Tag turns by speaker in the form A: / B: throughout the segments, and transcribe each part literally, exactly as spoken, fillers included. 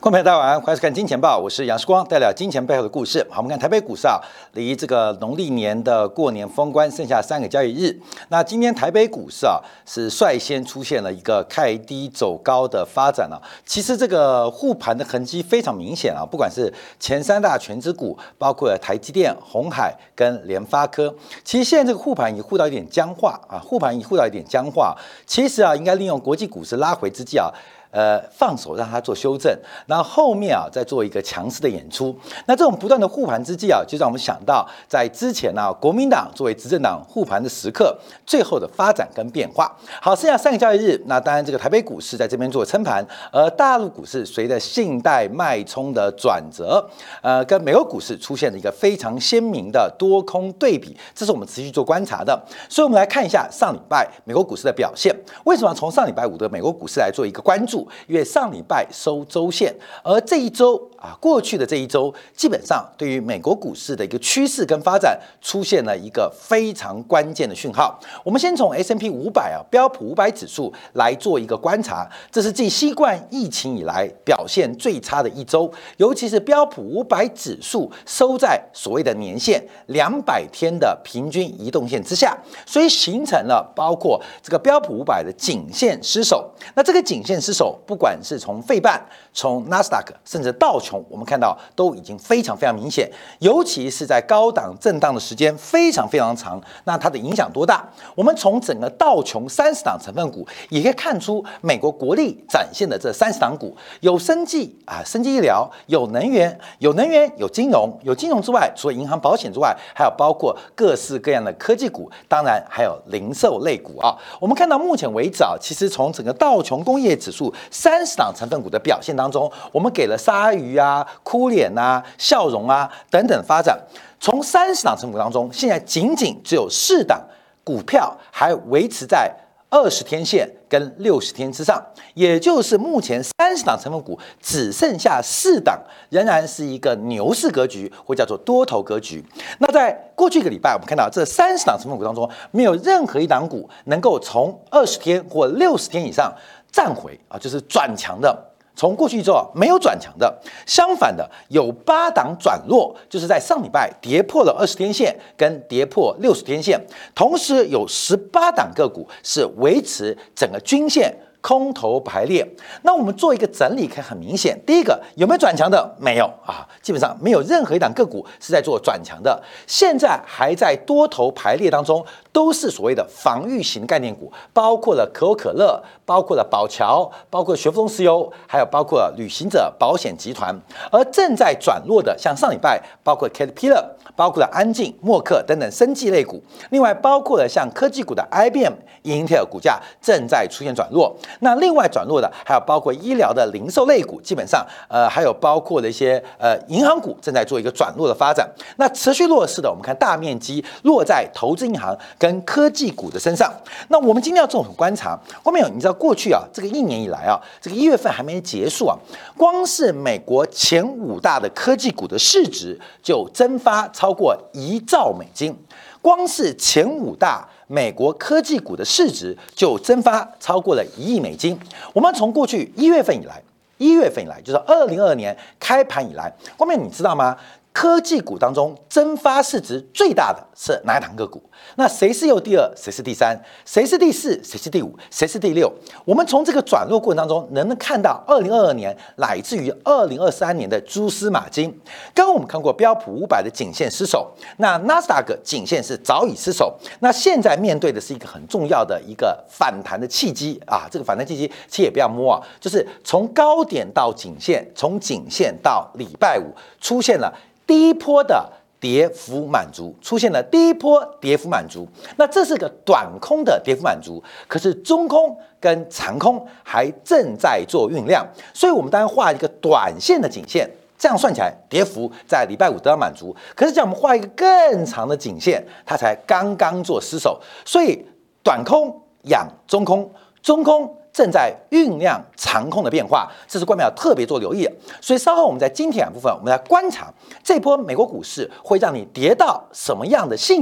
A: 观众朋友大家晚安，欢迎收看《金钱报》，我是杨世光，带来金钱背后的故事。好，我们看台北股市啊，离这个农历年的过年封关剩下三个交易日。那今天台北股市啊，是率先出现了一个开低走高的发展啊。其实这个护盘的痕迹非常明显啊，不管是前三大权值股，包括了台积电、鸿海跟联发科，其实现在这个护盘已护到一点僵化啊，护盘已护到一点僵化。其实啊，应该利用国际股市拉回之际啊。呃，放手让它做修正，然后后面啊再做一个强势的演出。那这种不断的护盘之际啊，就让我们想到在之前呢、啊，国民党作为执政党护盘的时刻，最后的发展跟变化。好，剩下三个交易日，那当然这个台北股市在这边做撑盘，而大陆股市随着信贷脉冲的转折，呃，跟美国股市出现了一个非常鲜明的多空对比，这是我们持续做观察的。所以，我们来看一下上礼拜美国股市的表现。为什么从上礼拜五的美国股市来做一个关注？因为上礼拜收周线，而这一周啊，过去的这一周，基本上对于美国股市的一个趋势跟发展出现了一个非常关键的讯号。我们先从 S and P 五百啊，标普五百指数来做一个观察，这是继新冠疫情以来表现最差的一周，尤其是标普五百指数收在所谓的年线两百天的平均移动线之下，所以形成了包括这个标普五百的颈线失守。那这个颈线失守，不管是从费半、从纳斯达克，甚至道琼，我们看到都已经非常非常明显，尤其是在高档震荡的时间非常非常长，那它的影响多大？我们从整个道琼三十档成分股也可以看出，美国国力展现的这三十档股，有生技啊，生技医疗，有能源，有能源，有金融，有金融之外，除了银行、保险之外，还有包括各式各样的科技股，当然还有零售类股啊。我们看到目前为止啊，其实从整个道琼工业指数三十档成分股的表现当中，我们给了鲨鱼啊、哭脸啊、笑容啊等等发展。从三十档成分股当中，现在仅仅只有四档股票还维持在二十天线跟六十天之上，也就是目前三十档成分股只剩下四档，仍然是一个牛市格局，或叫做多头格局。那在过去一个礼拜，我们看到这三十档成分股当中，没有任何一档股能够从二十天或六十天以上站回啊，就是转强的。从过去一周啊，没有转强的，相反的有八档转弱，就是在上礼拜跌破了二十天线跟跌破六十天线，同时有十八档个股是维持整个均线空头排列。那我们做一个整理，可以很明显，第一个有没有转强的？没有啊，基本上没有任何一档个股是在做转强的，现在还在多头排列当中，都是所谓的防御型概念股，包括了可口可乐，包括了宝乔，包括雪佛龙石油，还有包括了旅行者保险集团。而正在转弱的，像上礼拜包括 Caterpillar， 包括了安进、默克等等生技类股，另外包括了像科技股的 I B M、英特尔股价正在出现转弱。那另外转弱的还有包括医疗的零售类股，基本上呃还有包括了一些呃银行股正在做一个转弱的发展。那持续弱势的，我们看大面积落在投资银行跟科技股的身上。那我们今天要做很观察，后面有你知道过去啊这个一年以来啊，这个一月份还没结束啊，光是美国前五大的科技股的市值就蒸发超过一兆美金。光是前五大美国科技股的市值就蒸发超过了一亿美金。我们从过去一月份以来，一月份以来就是二零二二年开盘以来，后面你知道吗？科技股当中蒸发市值最大的是哪一档个股？那谁是又第二？谁是第三？谁是第四？谁是第五？谁是第六？我们从这个转弱过程当中，能不能看到二零二二年乃至于二零二三年的蛛丝马迹？刚刚我们看过标普五百的颈线失守，那纳斯达克颈线是早已失守，那现在面对的是一个很重要的一个反弹的契机啊！这个反弹契机其实也不要摸啊，就是从高点到颈线，从颈线到礼拜五出现了第一波的跌幅满足，出现了第一波跌幅满足，那这是个短空的跌幅满足，可是中空跟长空还正在做酝酿，所以我们当然画一个短线的颈线，这样算起来跌幅在礼拜五得到满足，可是讲我们画一个更长的颈线，它才刚刚做失守，所以短空养中空，中空正在酝酿长空的变化，这是观众要特别做留意的。所以稍后我们在今天的部分，我们来观察这波美国股市会让你跌到什么样的信仰，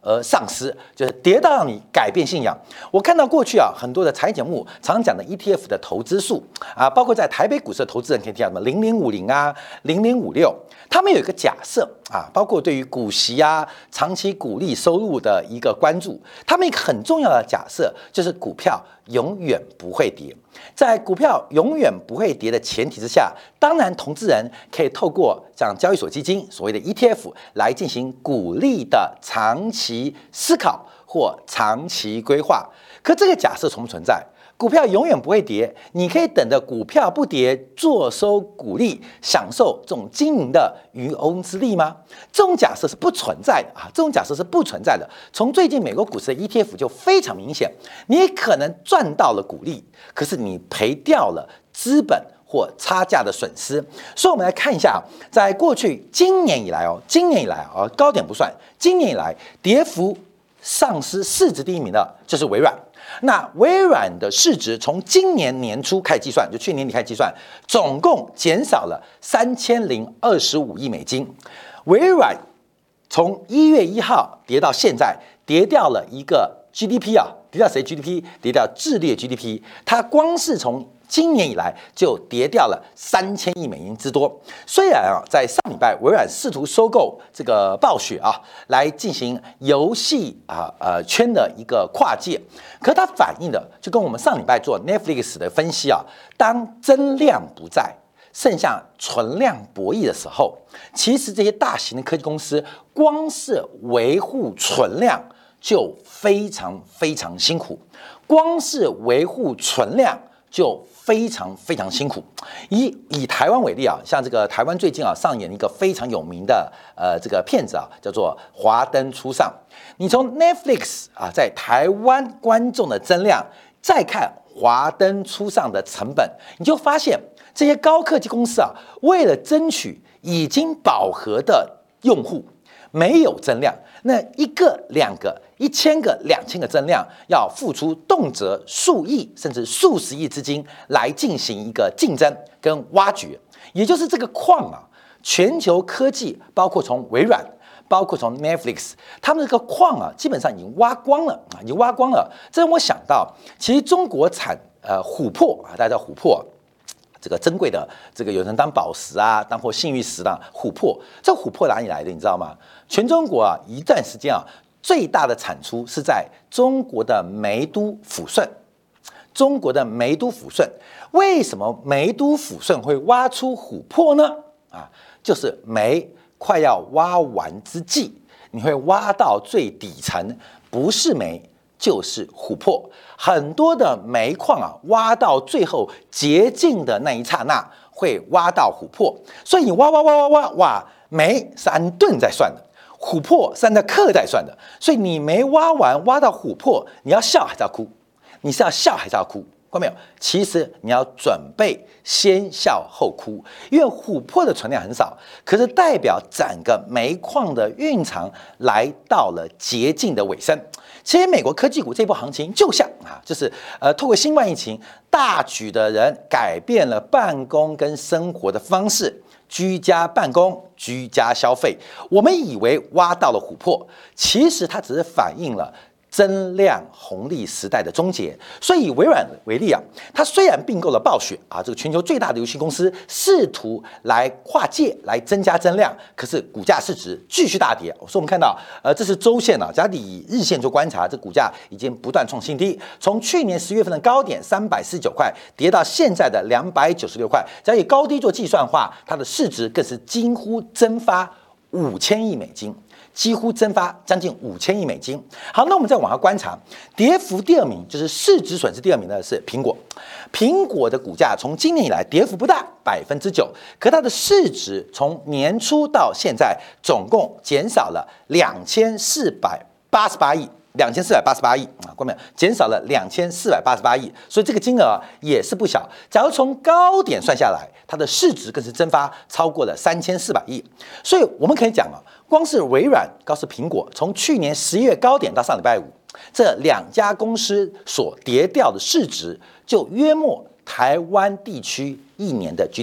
A: 而丧失，就是跌到让你改变信仰。我看到过去啊，很多的财经节目常讲的 E T F 的投资数啊，包括在台北股市的投资人可以听到什么零零五零啊、零零五六，他们有一个假设啊，包括对于股息啊、长期股利收入的一个关注，他们一个很重要的假设就是股票永远不会跌。在股票永远不会跌的前提之下，当然投资人可以透过像交易所基金所谓的 E T F 来进行股利的长期思考或长期规划。可这个假设存不存在？股票永远不会跌，你可以等着股票不跌，坐收股利，享受这种经营的渔翁之利吗？这种假设是不存在的啊！这种假设是不存在的。从最近美国股市的 E T F 就非常明显，你可能赚到了股利，可是你赔掉了资本或差价的损失。所以，我们来看一下，在过去今年以来哦，今年以来啊，高点不算，今年以来跌幅丧失市值第一名的就是微软。那微软的市值从今年年初开始计算，就去年底开始计算，总共减少了三千零二十五亿美金。微软从一月一号跌到现在，跌掉了一个 G D P 啊，跌掉谁 G D P？ 跌掉智利的 G D P。它光是从今年以来就跌掉了三千亿美金之多。虽然啊，在上礼拜微软试图收购这个暴雪啊，来进行游戏啊呃圈的一个跨界，可它反映的就跟我们上礼拜做 Netflix 的分析啊，当增量不在，剩下存量博弈的时候，其实这些大型的科技公司光是维护存量就非常非常辛苦，光是维护存量就非常非常辛苦。以以台湾为例啊，像这个台湾最近啊上演一个非常有名的呃这个片子啊，叫做《华灯初上》。你从 Netflix 啊在台湾观众的增量，再看《华灯初上》的成本，你就发现这些高科技公司啊，为了争取已经饱和的用户，没有增量，那一个、两个、一千个、两千个增量，要付出动辄数亿甚至数十亿资金来进行一个竞争跟挖掘。也就是这个矿啊，全球科技包括从微软，包括从 Netflix， 他们这个矿啊，基本上已经挖光了啊，已经挖光了。这让我想到，其实中国产呃琥珀啊，大家知道琥珀。这个珍贵的，这个有人当宝石啊，当或信誉石的琥珀，这琥珀哪里来的？你知道吗？全中国啊，一段时间啊，最大的产出是在中国的梅都抚顺。中国的梅都抚顺，为什么梅都抚顺会挖出琥珀呢？啊，就是煤快要挖完之际，你会挖到最底层，不是煤就是琥珀。很多的煤矿啊，挖到最后洁净的那一刹那，会挖到琥珀。所以你挖挖挖挖挖挖，煤是按吨在算的，琥珀是按照克在算的。所以你没挖完，挖到琥珀，你要笑还是要哭？你是要笑还是要哭？看到没有？其实你要准备先笑后哭，因为琥珀的存量很少，可是代表整个煤矿的蕴藏来到了洁净的尾声。其实美国科技股这波行情就像啊，就是呃，透过新冠疫情，大举的人改变了办公跟生活的方式，居家办公、居家消费。我们以为挖到了琥珀，其实它只是反映了增量红利时代的终结。所以以微软为例啊，它虽然并购了暴雪啊，这个全球最大的游戏公司，试图来跨界来增加增量，可是股价市值继续大跌。所以我们看到，呃，这是周线啊，假如以日线做观察，这股价已经不断创新低，从去年十月份的高点三百四十九块跌到现在的两百九十六块。假如以高低做计算的话，它的市值更是几乎蒸发五千亿美金。几乎蒸发将近五千亿美金。好，那我们再往下观察，跌幅第二名就是市值损失第二名的是苹果。苹果的股价从今年以来跌幅不大，百分之九，可它的市值从年初到现在总共减少了两千四百八十八亿。两千四百八十八亿啊，观众朋友，减少了两千四百八十八亿，所以这个金额也是不小。假如从高点算下来，它的市值更是蒸发超过了三千四百亿。所以我们可以讲啊，光是微软，告诉苹果，从去年十一月高点到上礼拜五，这两家公司所跌掉的市值，就约莫台湾地区一年的 G D P。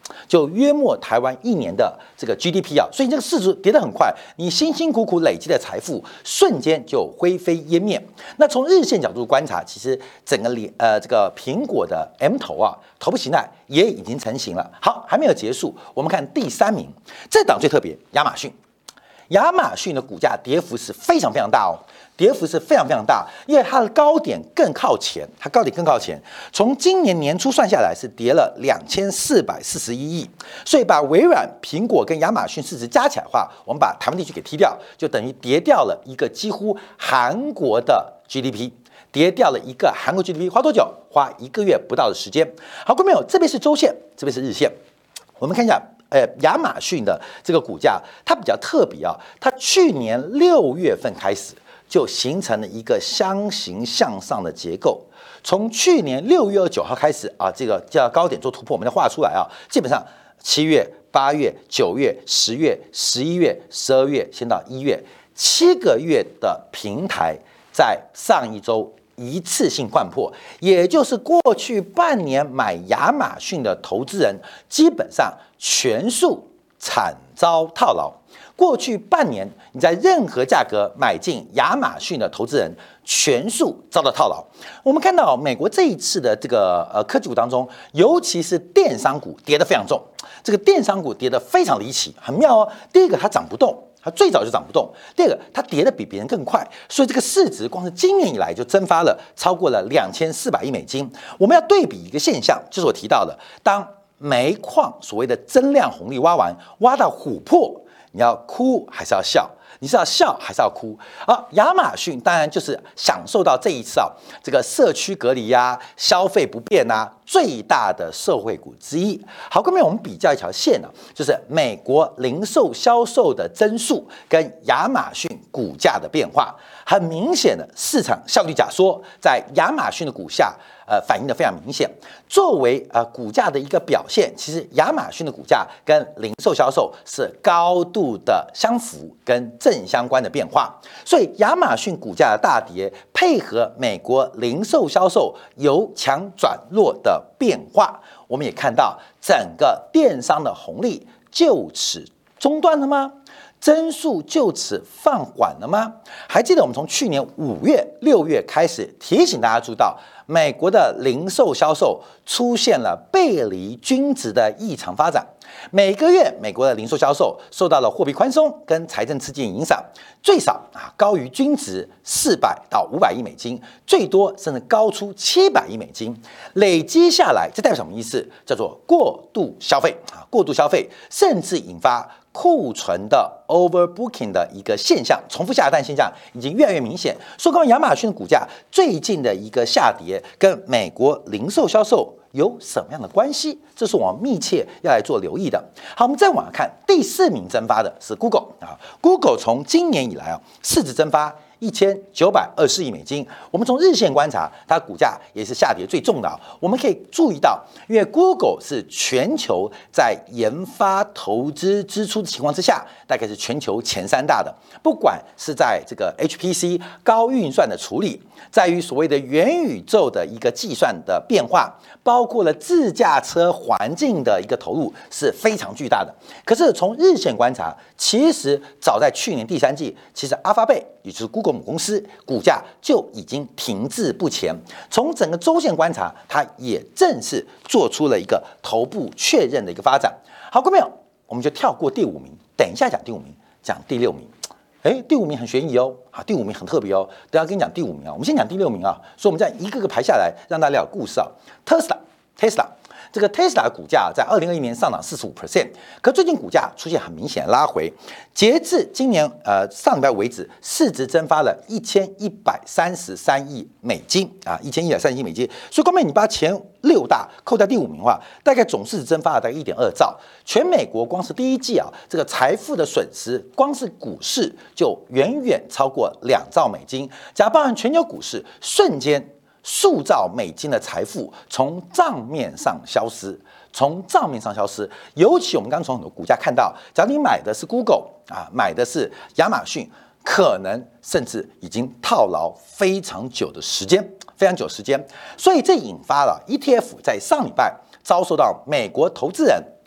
A: 就约莫台湾一年的这个 G D P 啊，所以这个市值跌得很快，你辛辛苦苦累积的财富瞬间就灰飞烟灭。那从日线角度观察，其实整个连呃这个苹果的 M 头啊头部形态也已经成型了。好，还没有结束，我们看第三名，这档最特别，亚马逊。亚马逊的股价跌幅是非常非常大哦，跌幅是非常非常大，因为它的高点更靠前，它高点更靠前。从今年年初算下来是跌了两千四百四十一亿，所以把微软、苹果跟亚马逊市值加起来的话，我们把台湾地区给踢掉，就等于跌掉了一个几乎韩国的 G D P， 跌掉了一个韩国 G D P， 花多久？花一个月不到的时间。好，各位朋友，这边是周线，这边是日线，我们看一下。呃，亚马逊的这个股价，它比较特别啊，它去年六月份开始就形成了一个箱形向上的结构。从去年六月二十九号开始啊，这个叫高点做突破，我们再画出来啊，基本上七月、八月、九月、十月、十一月、十二月，先到一月，七个月的平台在上一周一次性掼破，也就是过去半年买亚马逊的投资人基本上全数惨遭套牢。过去半年你在任何价格买进亚马逊的投资人全数遭到套牢。我们看到美国这一次的这个呃科技股当中，尤其是电商股跌得非常重，这个电商股跌得非常离奇，很妙哦。第一个它涨不动。它最早就涨不动，第二个它跌得比别人更快，所以这个市值光是今年以来就蒸发了超过了两千四百亿美金。我们要对比一个现象，就是我提到的，当煤矿所谓的增量红利挖完，挖到琥珀，你要哭还是要笑？你是要笑还是要哭？啊，亚马逊当然就是享受到这一次啊，这个社区隔离啊、消费不便啊，最大的社会股之一。好，各位，我们比较一条线呢、啊，就是美国零售销售的增速跟亚马逊股价的变化。很明显的市场效率假说在亚马逊的股价。呃，反映的非常明显。作为呃股价的一个表现，其实亚马逊的股价跟零售销售是高度的相符跟正相关的变化。所以亚马逊股价的大跌，配合美国零售销售由强转弱的变化，我们也看到整个电商的红利就此中断了吗？增速就此放缓了吗？还记得我们从去年五月、六月开始提醒大家注意到，美国的零售销售出现了背离均值的异常发展。每个月美国的零售销售受到了货币宽松跟财政刺激影响，最少啊高于均值四百到五百亿美金，最多甚至高出七百亿美金。累积下来，这代表什么意思？叫做过度消费啊，过度消费，甚至引发库存的 overbooking 的一个现象，重复下单现象已经越来越明显。说关于亚马逊的股价最近的一个下跌，跟美国零售销售有什么样的关系？这是我们密切要来做留意的。好，我们再往下看，第四名蒸发的是 Google 啊 ，Google 从今年以来啊，市值蒸发一千九百二十亿美金。我们从日线观察，它股价也是下跌最重的。我们可以注意到，因为 Google 是全球在研发投资支出的情况之下，大概是全球前三大的。不管是在这个 H P C 高运算的处理，在于所谓的元宇宙的一个计算的变化，包括了自驾车环境的一个投入是非常巨大的。可是从日线观察，其实早在去年第三季，其实阿发贝也就是 Google 母公司股价就已经停滞不前。从整个周线观察，它也正式做出了一个头部确认的一个发展。好，各位朋友，我们就跳过第五名，等一下讲第五名，讲第六名。哎，第五名很悬疑哦，啊，第五名很特别哦。等一下跟你讲第五名啊，我们先讲第六名啊。所以我们这样一个个排下来，让大家有故事啊。特斯拉，特斯拉。这个 Tesla 的股价在二零二一年上涨 百分之四十五， 可最近股价出现很明显的拉回。截至今年呃上礼拜为止，市值蒸发了一千一百三十三亿美金啊，一千一百三十亿美金。所以光妹你把前六大扣掉第五名的话，大概总市值蒸发了大概一点二兆。全美国光是第一季啊，这个财富的损失，光是股市就远远超过两兆美金，加包含全球股市瞬间。数兆美金的财富从账面上消失，从账面上消失。尤其我们刚从很多股价看到，假如你买的是 Google 啊，买的是亚马逊，可能甚至已经套牢非常久的时间，非常久时间。所以这引发了 E T F 在上礼拜遭受到美国投资人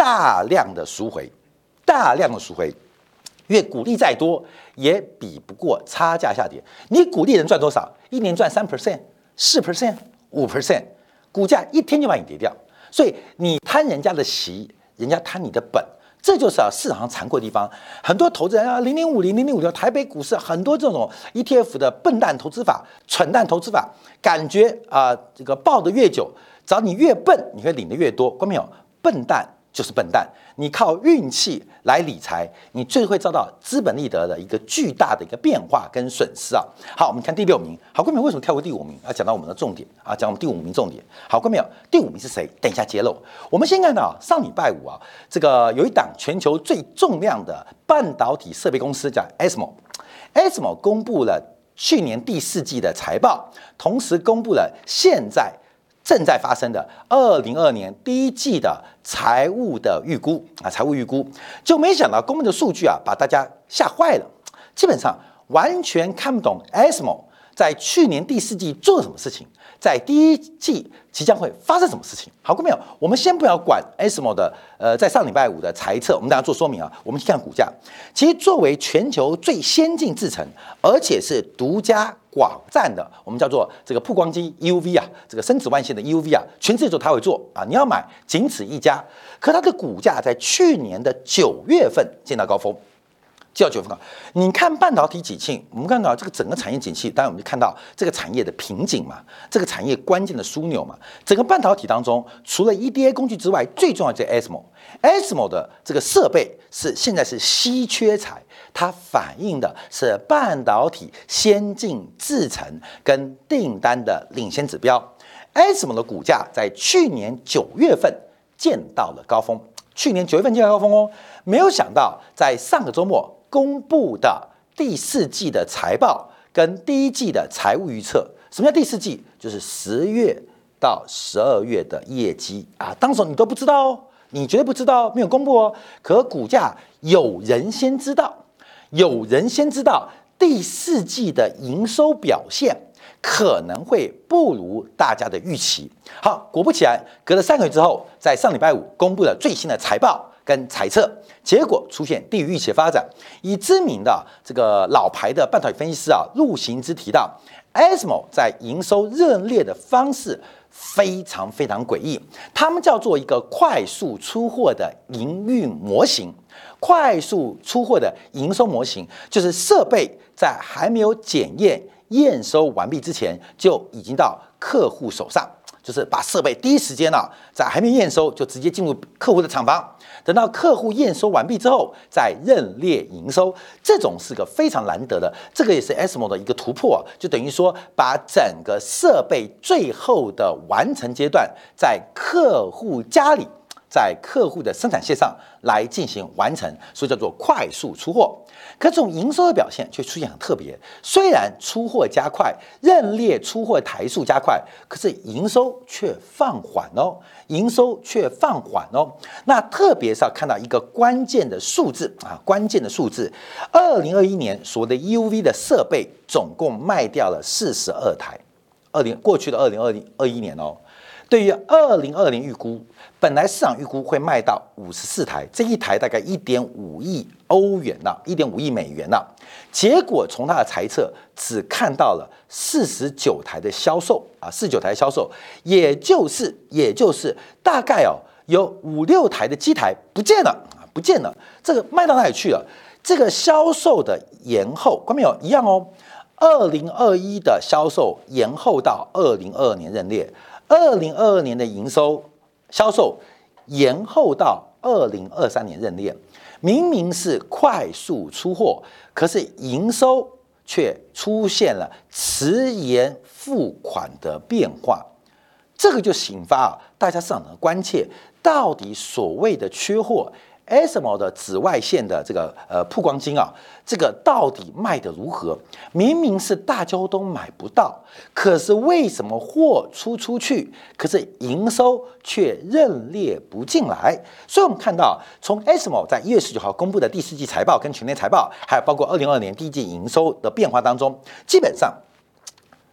A: 大量的赎回，大量的赎回，因为股利再多也比不过差价下跌。你股利能赚多少？一年赚三 percent、四 percent、五 percent， 股价一天就把你跌掉。所以你贪人家的息，人家贪你的本。这就是啊市场上残酷的地方，很多投资人啊，零零五零、零零五六，台北股市很多这种 E T F 的笨蛋投资法、蠢蛋投资法，感觉啊、呃、这个抱得越久，只要你越笨，你会领得越多。观众朋友，笨蛋就是笨蛋，你靠运气来理财，你最会遭到资本利得的一个巨大的一个变化跟损失啊。好，我们看第六名，好，观众朋友为什么跳过第五名啊？讲到我们的重点啊，讲我们第五名重点。好，观众朋友，第五名是谁？等一下揭露。我们先看到上礼拜五啊，这个有一档全球最重量的半导体设备公司叫 A S M O，A S M O 公布了去年第四季的财报，同时公布了现在正在发生的二零二二年第一季的财务的预估啊，财务预估就没想到公布的数据啊，把大家吓坏了，基本上完全看不懂 A S M O 在去年第四季做了什么事情，在第一季即将会发生什么事情。好，各位朋友，我们先不要管 A S M O 的呃，在上礼拜五的财测，我们等下做说明啊。我们去看股价，其实作为全球最先进制程，而且是独家广占的，我们叫做这个曝光机 E U V 啊，这个深紫外线的 E U V 啊，全世界都它会做啊，你要买仅此一家。可它的股价在去年的九月份见到高峰。叫九分高，你看半导体景气，我们看到这个整个产业景气，当然我们就看到这个产业的瓶颈嘛，这个产业关键的枢纽嘛。整个半导体当中，除了 E D A 工具之外，最重要的就是 A S M O。A S M O 的这个设备是现在是稀缺材，它反映的是半导体先进制程跟订单的领先指标。A S M O 的股价在去年九月份见到了高峰，去年九月份见到高峰哦，没有想到在上个周末公布的第四季的财报跟第一季的财务预测。什么叫第四季？就是十月到十二月的业绩啊，当时你都不知道哦，你绝对不知道，没有公布哦。可股价有人先知道，有人先知道第四季的营收表现可能会不如大家的预期。好，果不其然，隔了三个月之后，在上礼拜五公布了最新的财报跟财测，结果出现低于预期的发展。以知名的这个老牌的半导体分析师啊陆行之提到 ，A S M O 在营收认列的方式非常非常诡异，他们叫做一个快速出货的营运模型。快速出货的营收模型，就是设备在还没有检验验收完毕之前，就已经到客户手上。就是把设备第一时间啊，在还没验收就直接进入客户的厂房，等到客户验收完毕之后再认列营收，这种是个非常难得的，这个也是 A S M O 的一个突破，就等于说把整个设备最后的完成阶段在客户家里，在客户的生产线上来进行完成，所以叫做快速出货。可这种营收的表现却出现很特别，虽然出货加快，认列出货台数加快，可是营收却放缓哦，营收却放缓哦。那特别是要看到一个关键的数字啊，关键的数字，二零二一年所谓的 E U V 的设备总共卖掉了四十二台，二零过去的二零二零二一年哦。对于二零二零预估，本来市场预估会卖到五十四台，这一台大概一点五亿欧元呐，一点五亿美元呐。结果从它的财测只看到了四十九台的销售啊，四十九台的销售，也就是也就是大概哦有五六台的机台不见了啊，不见了，这个卖到哪里去了？这个销售的延后，观众朋友一样哦，二零二一的销售延后到二零二二年认列。二零二二年的营收销售延后到二零二三年认列，明明是快速出货，可是营收却出现了迟延付款的变化，这个就引发啊大家市场的关切，到底所谓的缺货 A S M O 的紫外线的这个呃曝光晶啊，这个到底卖得如何？明明是大家都买不到，可是为什么货出出去，可是营收却认列不进来？所以我们看到，从 A S M O 在一月十九号公布的第四季财报跟全年财报，还有包括二零二二年第一季营收的变化当中，基本上。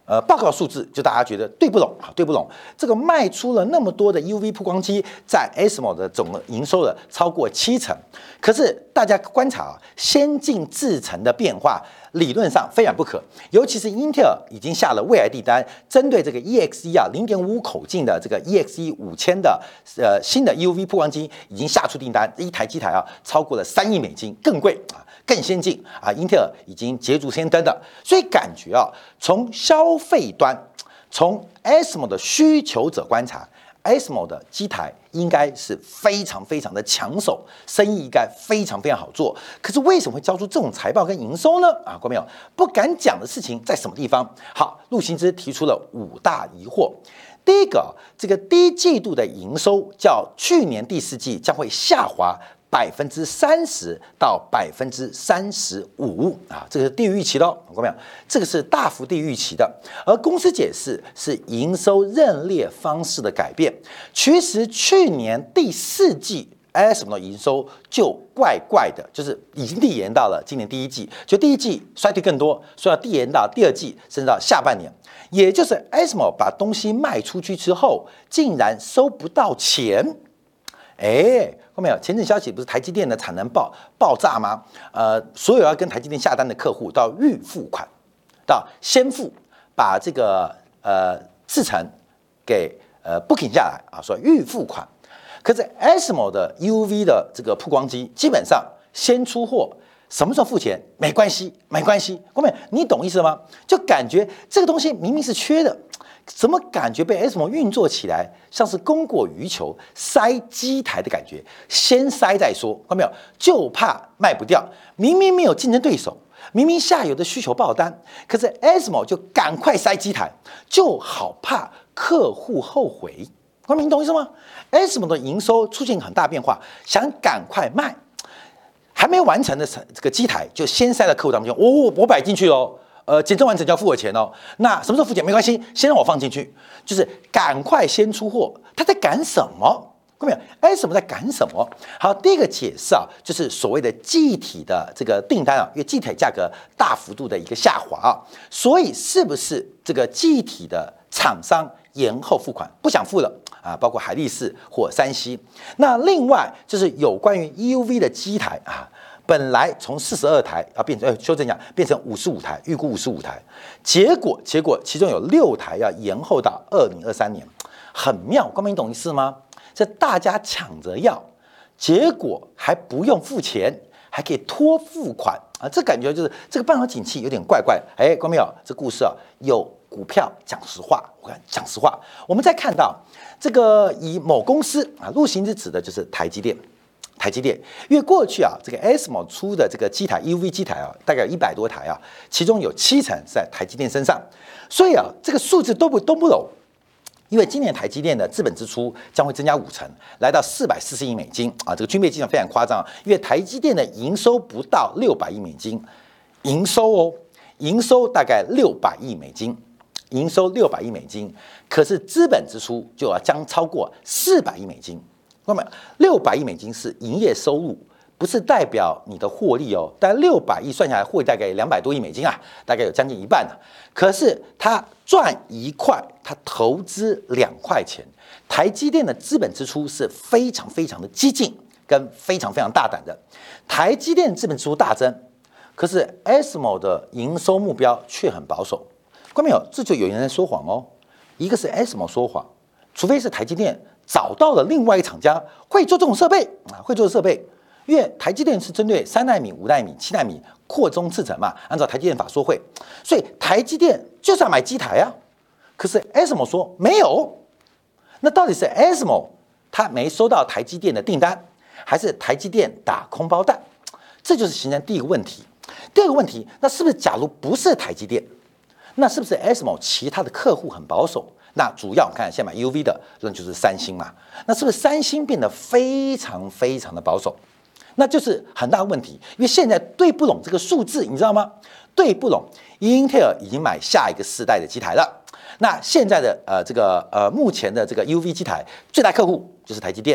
A: 呃，报告数字就大家觉得对不拢啊，对不拢。这个卖出了那么多的 U V 曝光机，在 A S M O 的总营收的超过七成。可是大家观察啊，先进制程的变化理论上非然不可，尤其是英特尔已经下了未来订单，针对这个 E X E 啊零点五口径的这个 E X E 五千的呃新的 U V 曝光机已经下出订单，一台机台啊超过了三亿美金，更贵啊。更先进啊，英特尔已经捷足先登的，所以感觉啊，从消费端，从 A S M O 的需求者观察 ，A S M O 的机台应该是非常非常的抢手，生意应该非常非常好做。可是为什么会交出这种财报跟营收呢？啊，各位朋友不敢讲的事情在什么地方？好，陆行之提出了五大疑惑。第一个，这个第一季度的营收较去年第四季将会下滑百分之三十到百分之三十五啊，这个是低于预期的哦，看到没有？这个是大幅低于预期的。而公司解释是营收认列方式的改变。其实去年第四季 A S M O 的营收就怪怪的，就是已经递延到了今年第一季，就第一季衰退更多，所以要递延到第二季，甚至到下半年。也就是 A S M O 把东西卖出去之后，竟然收不到钱。哎，后面有前阵消息不是台积电的产能爆爆炸吗？呃，所有要跟台积电下单的客户都要预付款，到先付，把这个呃制程给呃 booking 下来啊，说预付款。可是 A S M O 的 U V 的这个曝光机基本上先出货，什么时候付钱没关系，没关系。后面你懂意思吗？就感觉这个东西明明是缺的。怎么感觉被 A S M O 运作起来像是供过于求塞机台的感觉？先塞再说，看到没有？就怕卖不掉。明明没有竞争对手，明明下游的需求爆单，可是 A S M O 就赶快塞机台，就好怕客户后悔。观众，你懂意思吗 ？A S M O 的营收出现很大变化，想赶快卖，还没完成的这个机台就先塞到客户当中，哦，我摆进去喽。呃，检测完成就要付我钱哦。那什么时候付钱没关系，先让我放进去，就是赶快先出货。他在赶什么？看到没有？哎，什么在赶什么？好，第一个解释啊，就是所谓的记忆体的这个订单啊，因为记忆体价格大幅度的一个下滑啊，所以是不是这个记忆体的厂商延后付款，不想付了啊？包括海力士或三星。那另外就是有关于 E U V 的机台啊。本来从四十二台要变成，呃，修正一下，变成五十五台，预估五十五台，结果结果其中有六台要延后到二零二三年，很妙，光明你懂意思吗？这大家抢着要，结果还不用付钱，还可以拖付款啊，这感觉就是这个半导体景气有点怪怪。哎，光明这故事啊，有股票讲实话，我看讲实话，我们再看到这个以某公司啊，陆行之指的就是台积电。台积电，因为过去啊，这个 A S M O 出的这个机台 U V 机台啊，大概有一百多台啊，其中有七成是在台积电身上，所以啊，这个数字都不都不拢。因为今年台积电的资本支出将会增加五成，来到四百四十亿美金啊，这个军备计算非常夸张。因为台积电的营收不到六百亿美金，营收哦，营收大概六百亿美金，营收六百亿美金，可是资本支出就要将超过四百亿美金。那么六百亿美金是营业收入，不是代表你的获利哦。但六百亿算下来，获利大概两百多亿美金啊，大概有将近一半啊。可是它赚一块，它投资两块钱。台积电的资本支出是非常非常的激进，跟非常非常大胆的。台积电资本支出大增，可是 A S M O 的营收目标却很保守。看到没有？这就有人在说谎哦。一个是 A S M O 说谎，除非是台积电找到了另外一个厂家会做这种设备啊，会做设备，因为台积电是针对三奈米、五奈米、七奈米扩充制程嘛，按照台积电法说会，所以台积电就是要买机台啊。可是 A S M O 说没有，那到底是 A S M O 他没收到台积电的订单，还是台积电打空包弹？这就是形成第一个问题。第二个问题，那是不是假如不是台积电，那是不是 A S M O 其他的客户很保守？那主要看现在买 U V 的，那就是三星嘛。那是不是三星变得非常非常的保守？那就是很大的问题，因为现在对不拢这个数字，你知道吗？对不拢，英特尔已经买下一个世代的机台了。那现在的呃这个呃目前的这个 U V 机台最大客户就是台积电，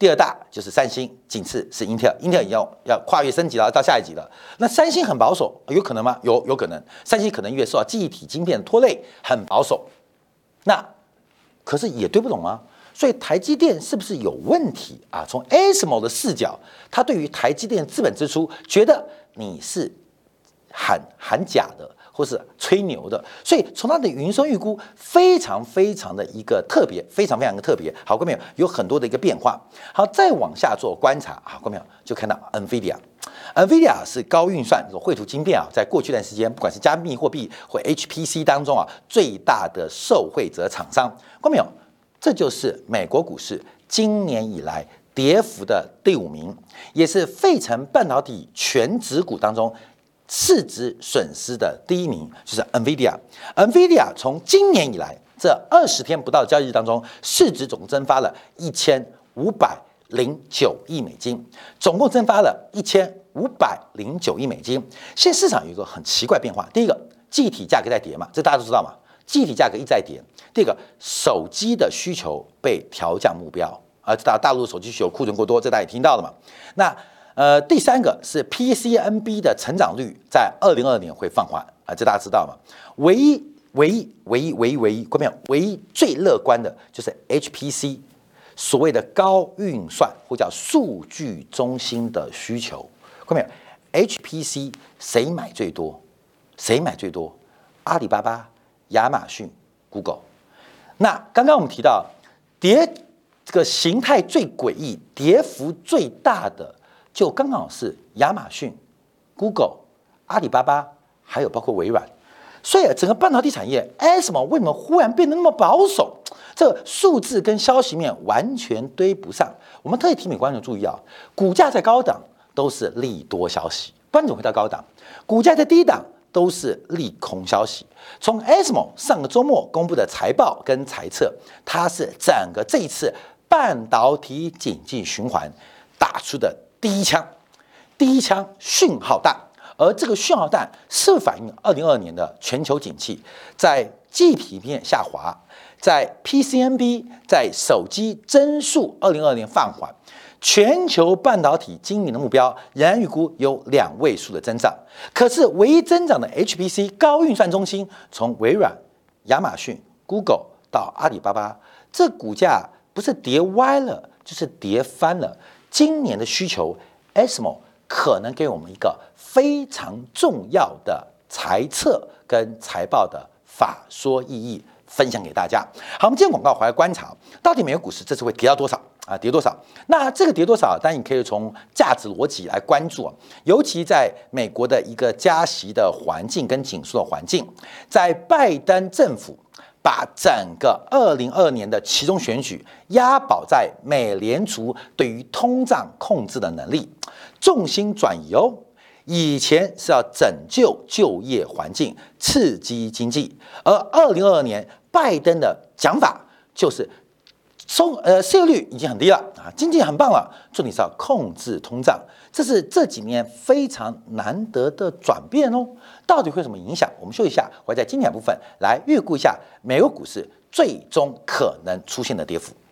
A: 第二大就是三星，仅次是英特尔，英特尔也要要跨越升级了，到下一级了。那三星很保守，有可能吗？有，有可能。三星可能因为受到记忆体晶片的拖累，很保守。那可是也对不懂吗？所以台积电是不是有问题啊？从 A S M L 的视角，他对于台积电资本支出，觉得你是喊喊假的，或是吹牛的，所以从它的营收预估非常非常的一个特别，非常非常的特别。好，各位朋友有很多的一个变化。好，再往下做观察，好，各位朋友就看到 NVIDIA。NVIDIA 是高运算这个绘图晶片啊，在过去一段时间，不管是加密货币或 H P C 当中啊，最大的受惠者厂商。各位朋友，这就是美国股市今年以来跌幅的第五名，也是费城半导体全指股当中市值损失的第一名，就是 NVIDIA。NVIDIA 从今年以来这二十天不到的交易日当中，市值总共蒸发了一千五百零九亿美金，总共蒸发了一千五百零九亿美金。现在市场有一个很奇怪变化，第一个，记忆体价格在跌嘛，这大家都知道嘛，记忆体价格一直在跌。第二个，手机的需求被调降目标，啊，大大陆手机需求库存过多，这大家也听到了嘛。那呃，第三个是 P C N B 的成长率在二零二二年会放缓啊，这大家知道吗？唯一、唯一、唯一、唯一、唯一，各位朋友，唯一最乐观的就是 H P C， 所谓的高运算或叫数据中心的需求，各位朋友 ，H P C 谁买最多？谁买最多？阿里巴巴、亚马逊、Google。那刚刚我们提到跌这个形态最诡异、跌幅最大的。就刚好是亚马逊、Google、阿里巴巴，还有包括微软，所以整个半导体产业，哎，什么为什么忽然变得那么保守？这个数字跟消息面完全堆不上。我们特意提醒观众注意啊，股价在高档都是利多消息，不然怎么会到高档？股价在低档都是利空消息。从 A S M L 上个周末公布的财报跟财测，它是整个这一次半导体景气循环打出的第一枪，第一枪讯号弹，而这个讯号弹是反映二零二二年的全球景气，在记忆体面下滑，在 P C N B， 在手机增速二零二二年放缓，全球半导体今年的目标仍然预估有两位数的增长，可是唯一增长的 H P C 高运算中心，从微软、亚马逊、Google 到阿里巴巴，这股价不是跌歪了，就是跌翻了。今年的需求 A S M L 可能给我们一个非常重要的财测跟财报的法说意义，分享给大家。好，我们今天广告回来观察，到底美国股市这次会跌到多少啊？跌多少？那这个跌多少？当然你可以从价值逻辑来关注啊，尤其在美国的一个加息的环境跟紧缩的环境，在拜登政府把整个二零二二年的期中选举押宝在美联储对于通胀控制的能力，重心转移哦。以前是要拯救就业环境、刺激经济，而二零二二年拜登的讲法就是收呃失业率已经很低了啊，经济很棒了，重点是要控制通胀，这是这几年非常难得的转变哦。到底会有什么影响？我们休息一下，我在精简部分来预估一下美国股市最终可能出现的跌幅。